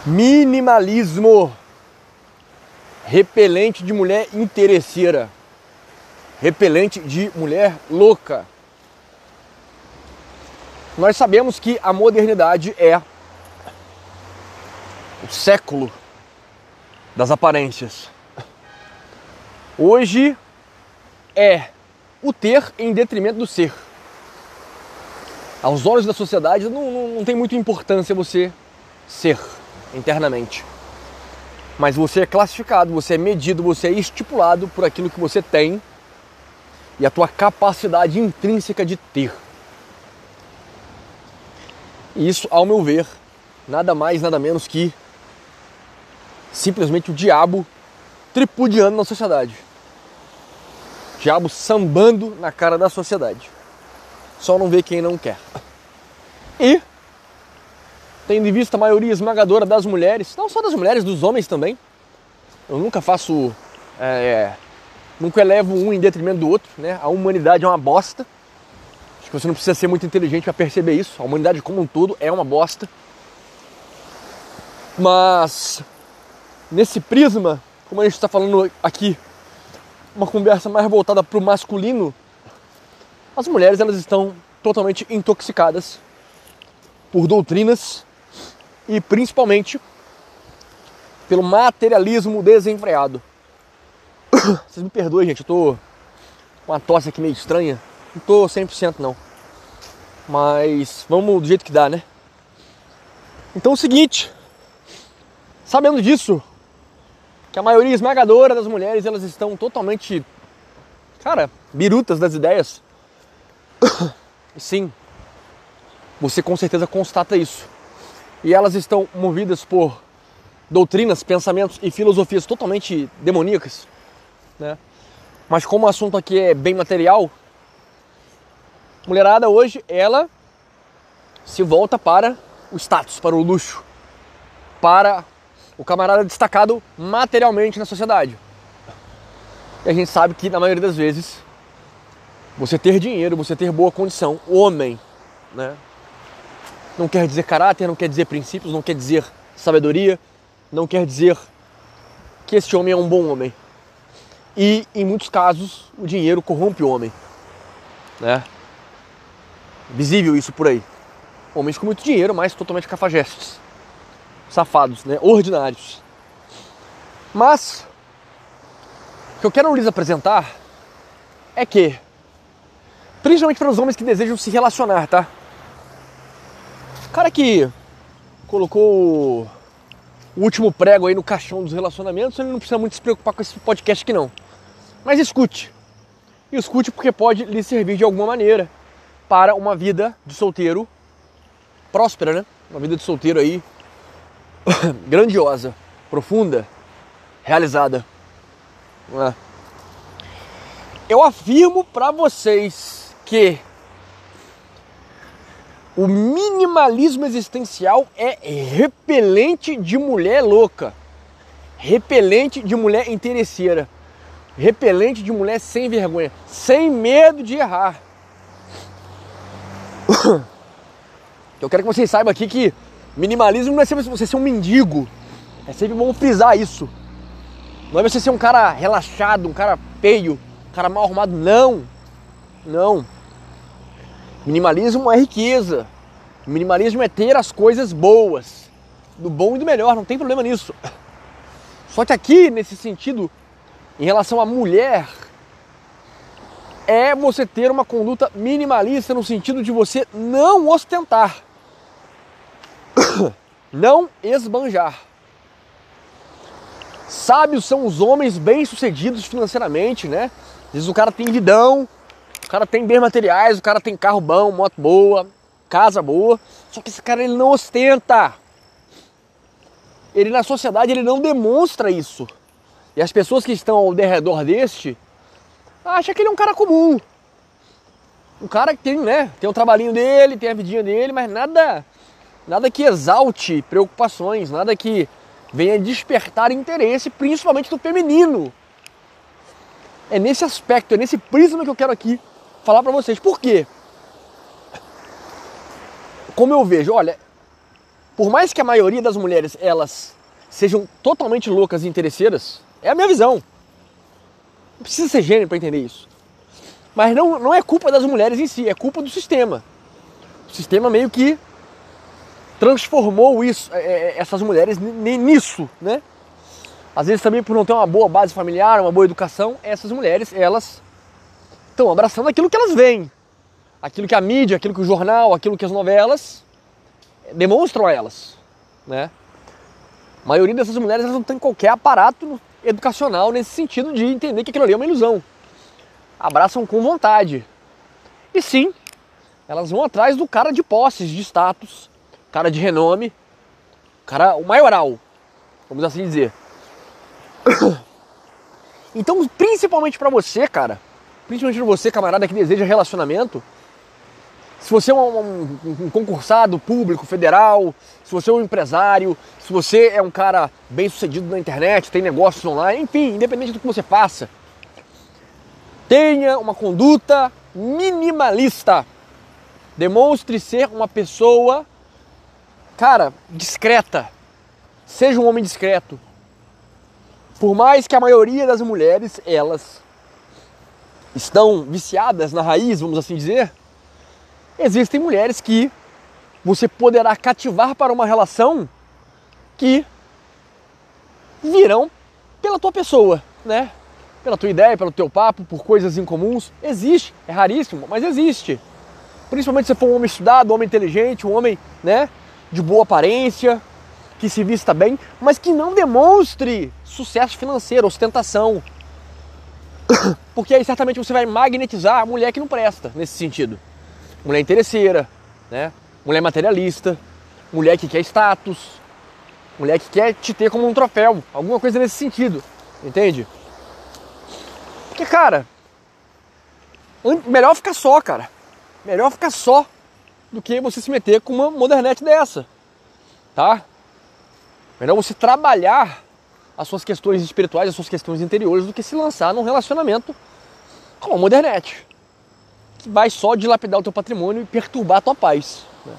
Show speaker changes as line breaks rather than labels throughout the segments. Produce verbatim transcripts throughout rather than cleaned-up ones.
Minimalismo. Repelente de mulher interesseira. Repelente de mulher louca. Nós sabemos que a modernidade é o século das aparências. Hoje é o ter em detrimento do ser. Aos olhos da sociedade não, não, não tem muita importância você ser internamente. Mas você é classificado, você é medido, você é estipulado por aquilo que você tem e a tua capacidade intrínseca de ter. E isso, ao meu ver, nada mais, nada menos que simplesmente o diabo tripudiando na sociedade. O diabo sambando na cara da sociedade. Só não vê quem não quer. E, tendo em vista a maioria esmagadora das mulheres, não só das mulheres, dos homens também, eu nunca faço, é, nunca elevo um em detrimento do outro, né? A humanidade é uma bosta. Acho que você não precisa ser muito inteligente para perceber isso. A humanidade como um todo é uma bosta. Mas, nesse prisma, como a gente está falando aqui, uma conversa mais voltada para o masculino, as mulheres elas estão totalmente intoxicadas por doutrinas e principalmente pelo materialismo desenfreado. Vocês me perdoem, gente, eu tô com uma tosse aqui meio estranha. Não tô cem por cento não. Mas vamos do jeito que dá, né? Então é o seguinte, sabendo disso, que a maioria esmagadora das mulheres elas estão totalmente, cara, birutas das ideias. Sim, você com certeza constata isso. E elas estão movidas por doutrinas, pensamentos e filosofias totalmente demoníacas, né? Mas como o assunto aqui é bem material, a mulherada hoje, ela se volta para o status, para o luxo, para o camarada destacado materialmente na sociedade. E a gente sabe que na maioria das vezes você ter dinheiro, você ter boa condição, homem, né? Não quer dizer caráter, não quer dizer princípios, não quer dizer sabedoria, não quer dizer que este homem é um bom homem. E, em muitos casos, o dinheiro corrompe o homem, né? Visível isso por aí. Homens com muito dinheiro, mas totalmente cafajestes, safados, né? Ordinários. Mas, o que eu quero lhes apresentar é que, principalmente para os homens que desejam se relacionar, tá? O cara que colocou o último prego aí no caixão dos relacionamentos, ele não precisa muito se preocupar com esse podcast aqui não. Mas escute. E escute porque pode lhe servir de alguma maneira para uma vida de solteiro próspera, né? Uma vida de solteiro aí grandiosa, profunda, realizada. Não é? Eu afirmo para vocês que o minimalismo existencial é repelente de mulher louca, repelente de mulher interesseira, repelente de mulher sem vergonha, sem medo de errar. Eu quero que vocês saibam aqui que minimalismo não é sempre você ser um mendigo, é sempre bom frisar isso. Não é você ser um cara relaxado, um cara feio, um cara mal arrumado, não, não. Minimalismo é riqueza. Minimalismo é ter as coisas boas, do bom e do melhor, não tem problema nisso. Só que aqui, nesse sentido, em relação à mulher, é você ter uma conduta minimalista no sentido de você não ostentar, não esbanjar. Sábios são os homens bem-sucedidos financeiramente, né? Às vezes o cara tem vidão, o cara tem bens materiais, o cara tem carro bom, moto boa, casa boa, só que esse cara ele não ostenta. Ele na sociedade ele não demonstra isso. E as pessoas que estão ao redor deste acham que ele é um cara comum. Um cara que tem, né, tem o trabalhinho dele, tem a vidinha dele, mas nada, nada que exalte preocupações, nada que venha despertar interesse, principalmente do feminino. É nesse aspecto, é nesse prisma que eu quero aqui falar pra vocês. Por quê? Como eu vejo, olha, por mais que a maioria das mulheres elas sejam totalmente loucas e interesseiras, é a minha visão. Não precisa ser gênio para entender isso. Mas não, não é culpa das mulheres em si, é culpa do sistema. O sistema meio que transformou isso, essas mulheres nisso, né? Às vezes também por não ter uma boa base familiar, uma boa educação, essas mulheres, elas estão abraçando aquilo que elas veem. Aquilo que a mídia, aquilo que o jornal, aquilo que as novelas demonstram a elas, né? A maioria dessas mulheres elas não tem qualquer aparato educacional nesse sentido de entender que aquilo ali é uma ilusão. Abraçam com vontade. E sim, elas vão atrás do cara de posses, de status, cara de renome, cara, o maioral, vamos assim dizer. Então, principalmente pra você, cara, principalmente pra você, camarada que deseja relacionamento, se você é um, um, um concursado público, federal, se você é um empresário, se você é um cara bem sucedido na internet, tem negócios online, enfim, independente do que você faça, tenha uma conduta minimalista. Demonstre ser uma pessoa, cara, discreta. Seja um homem discreto. Por mais que a maioria das mulheres, elas estão viciadas na raiz, vamos assim dizer, existem mulheres que você poderá cativar para uma relação que virão pela tua pessoa, né? Pela tua ideia, pelo teu papo, por coisas incomuns. Existe, é raríssimo, mas existe. Principalmente se for um homem estudado, um homem inteligente, um homem, né, de boa aparência, que se vista bem, mas que não demonstre sucesso financeiro, ostentação. Porque aí certamente você vai magnetizar a mulher que não presta nesse sentido. Mulher interesseira, né? Mulher materialista, mulher que quer status, mulher que quer te ter como um troféu, alguma coisa nesse sentido, entende? Porque, cara, melhor ficar só, cara. Melhor ficar só do que você se meter com uma modernete dessa, tá? Melhor você trabalhar as suas questões espirituais, as suas questões interiores, do que se lançar num relacionamento com uma modernete, que vai só dilapidar o teu patrimônio e perturbar a tua paz, né?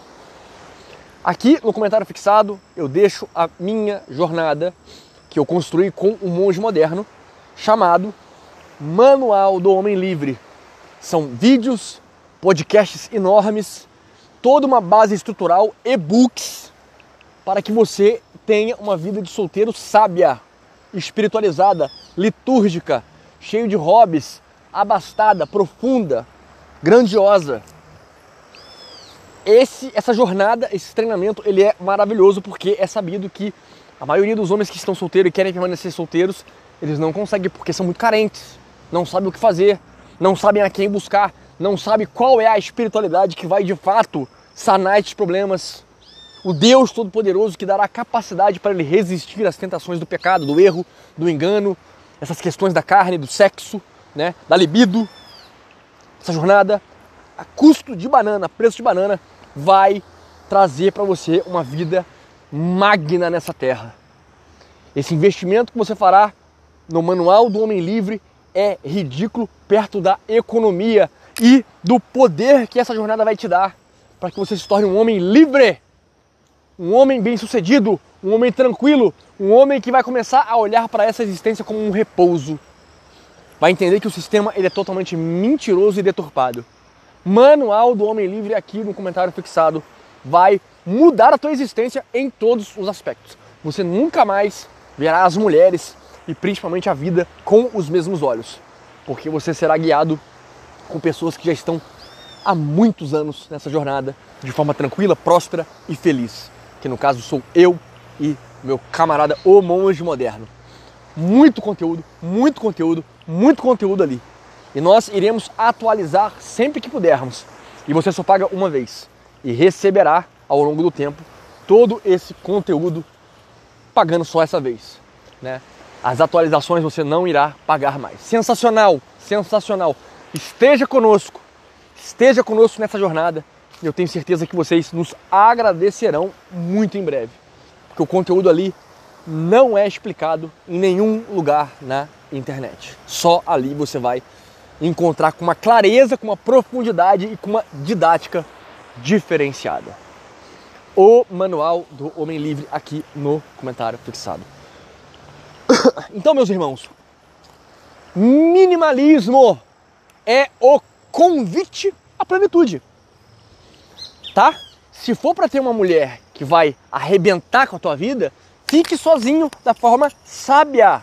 Aqui no comentário fixado eu deixo a minha jornada que eu construí com um monge moderno, chamado Manual do Homem Livre. São vídeos, podcasts enormes, toda uma base estrutural, e-books, para que você tenha uma vida de solteiro sábia, espiritualizada, litúrgica, cheio de hobbies, abastada, profunda, grandiosa. Esse, essa jornada, esse treinamento, ele é maravilhoso porque é sabido que a maioria dos homens que estão solteiros e querem permanecer solteiros, eles não conseguem porque são muito carentes, não sabem o que fazer, não sabem a quem buscar, não sabem qual é a espiritualidade que vai de fato sanar esses problemas. O Deus Todo-Poderoso que dará capacidade para ele resistir às tentações do pecado, do erro, do engano, essas questões da carne, do sexo, né, da libido. Essa jornada, a custo de banana, preço de banana, vai trazer para você uma vida magna nessa terra. Esse investimento que você fará no Manual do Homem Livre é ridículo perto da economia e do poder que essa jornada vai te dar para que você se torne um homem livre, um homem bem-sucedido, um homem tranquilo, um homem que vai começar a olhar para essa existência como um repouso. Vai entender que o sistema ele é totalmente mentiroso e deturpado. Manual do Homem Livre aqui no comentário fixado vai mudar a tua existência em todos os aspectos. Você nunca mais verá as mulheres e principalmente a vida com os mesmos olhos, porque você será guiado com pessoas que já estão há muitos anos nessa jornada de forma tranquila, próspera e feliz, que no caso sou eu e meu camarada o monge moderno. Muito conteúdo, muito conteúdo, muito conteúdo ali. E nós iremos atualizar sempre que pudermos. E você só paga uma vez e receberá ao longo do tempo todo esse conteúdo pagando só essa vez, né? As atualizações você não irá pagar mais. Sensacional, sensacional. Esteja conosco, esteja conosco nessa jornada. Eu tenho certeza que vocês nos agradecerão muito em breve, porque o conteúdo ali não é explicado em nenhum lugar na internet. Só ali você vai encontrar com uma clareza, com uma profundidade e com uma didática diferenciada. o manual do Homem Livre aqui no comentário fixado. Então, meus irmãos, minimalismo é o convite à plenitude, tá? Se for para ter uma mulher que vai arrebentar com a tua vida, fique sozinho da forma sábia.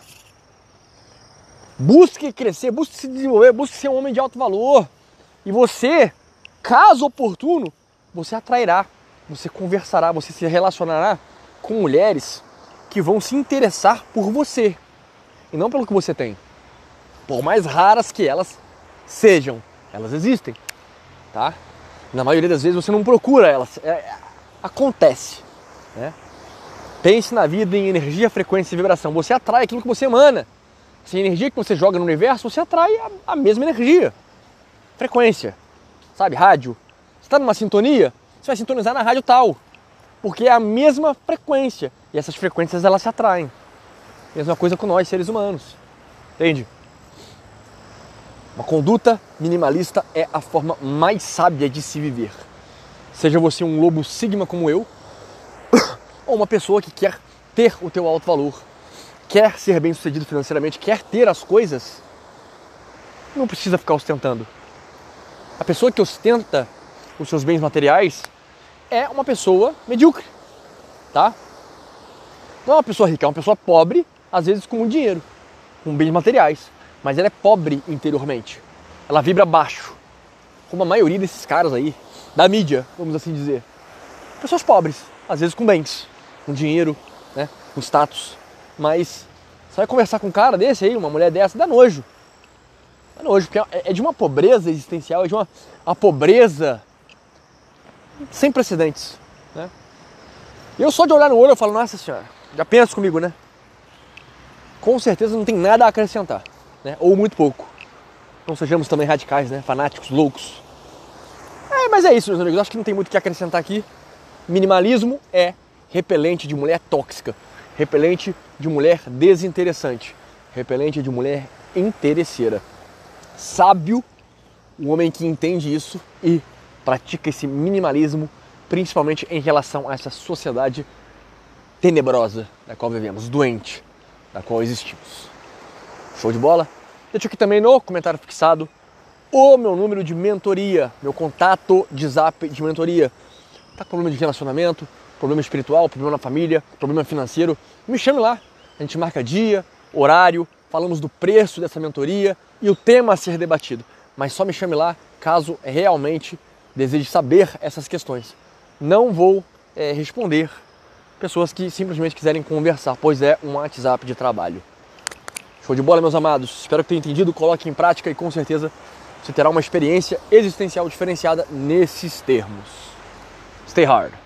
Busque crescer, busque se desenvolver, busque ser um homem de alto valor. E você, caso oportuno, você atrairá, você conversará, você se relacionará com mulheres que vão se interessar por você e não pelo que você tem. Por mais raras que elas sejam, elas existem, tá? Na maioria das vezes você não procura elas, é, acontece, né? Pense na vida em energia, frequência e vibração. Você atrai aquilo que você emana. Se a energia que você joga no universo, você atrai a, a mesma energia. Frequência, sabe? Rádio. Você está numa sintonia, você vai sintonizar na rádio tal, porque é a mesma frequência. E essas frequências, elas se atraem. Mesma coisa com nós, seres humanos. Entende? Uma conduta minimalista é a forma mais sábia de se viver. Seja você um lobo sigma como eu, ou uma pessoa que quer ter o teu alto valor, quer ser bem sucedido financeiramente, quer ter as coisas, não precisa ficar ostentando. A pessoa que ostenta os seus bens materiais é uma pessoa medíocre, tá? Não é uma pessoa rica, é uma pessoa pobre, às vezes com muito dinheiro, com bens materiais, mas ela é pobre interiormente. Ela vibra baixo, como a maioria desses caras aí, da mídia, vamos assim dizer. Pessoas pobres, às vezes com bens, com dinheiro, né, com status, mas você vai conversar com um cara desse aí, uma mulher dessa, dá nojo. Dá nojo, porque é de uma pobreza existencial, é de uma, uma pobreza sem precedentes, né? Eu só de olhar no olho eu falo, nossa senhora, já pensa comigo, né? Com certeza não tem nada a acrescentar, né? Ou muito pouco. Não sejamos também radicais, né? Fanáticos, loucos. É, mas é isso, meus amigos, acho que não tem muito o que acrescentar aqui. Minimalismo é repelente de mulher tóxica, repelente de mulher desinteressante, repelente de mulher interesseira. Sábio, o homem que entende isso e pratica esse minimalismo, principalmente em relação a essa sociedade tenebrosa na qual vivemos, doente, na qual existimos. Show de bola? Deixa aqui também no comentário fixado o meu número de mentoria, meu contato de zap de mentoria. Tá com problema de relacionamento, problema espiritual, problema na família, problema financeiro, me chame lá. A gente marca dia, horário, falamos do preço dessa mentoria e o tema a ser debatido. Mas só me chame lá caso realmente deseje saber essas questões. Não vou é, responder pessoas que simplesmente quiserem conversar, pois é um WhatsApp de trabalho. Show de bola, meus amados. Espero que tenham entendido, coloque em prática e com certeza você terá uma experiência existencial diferenciada nesses termos. Stay hard.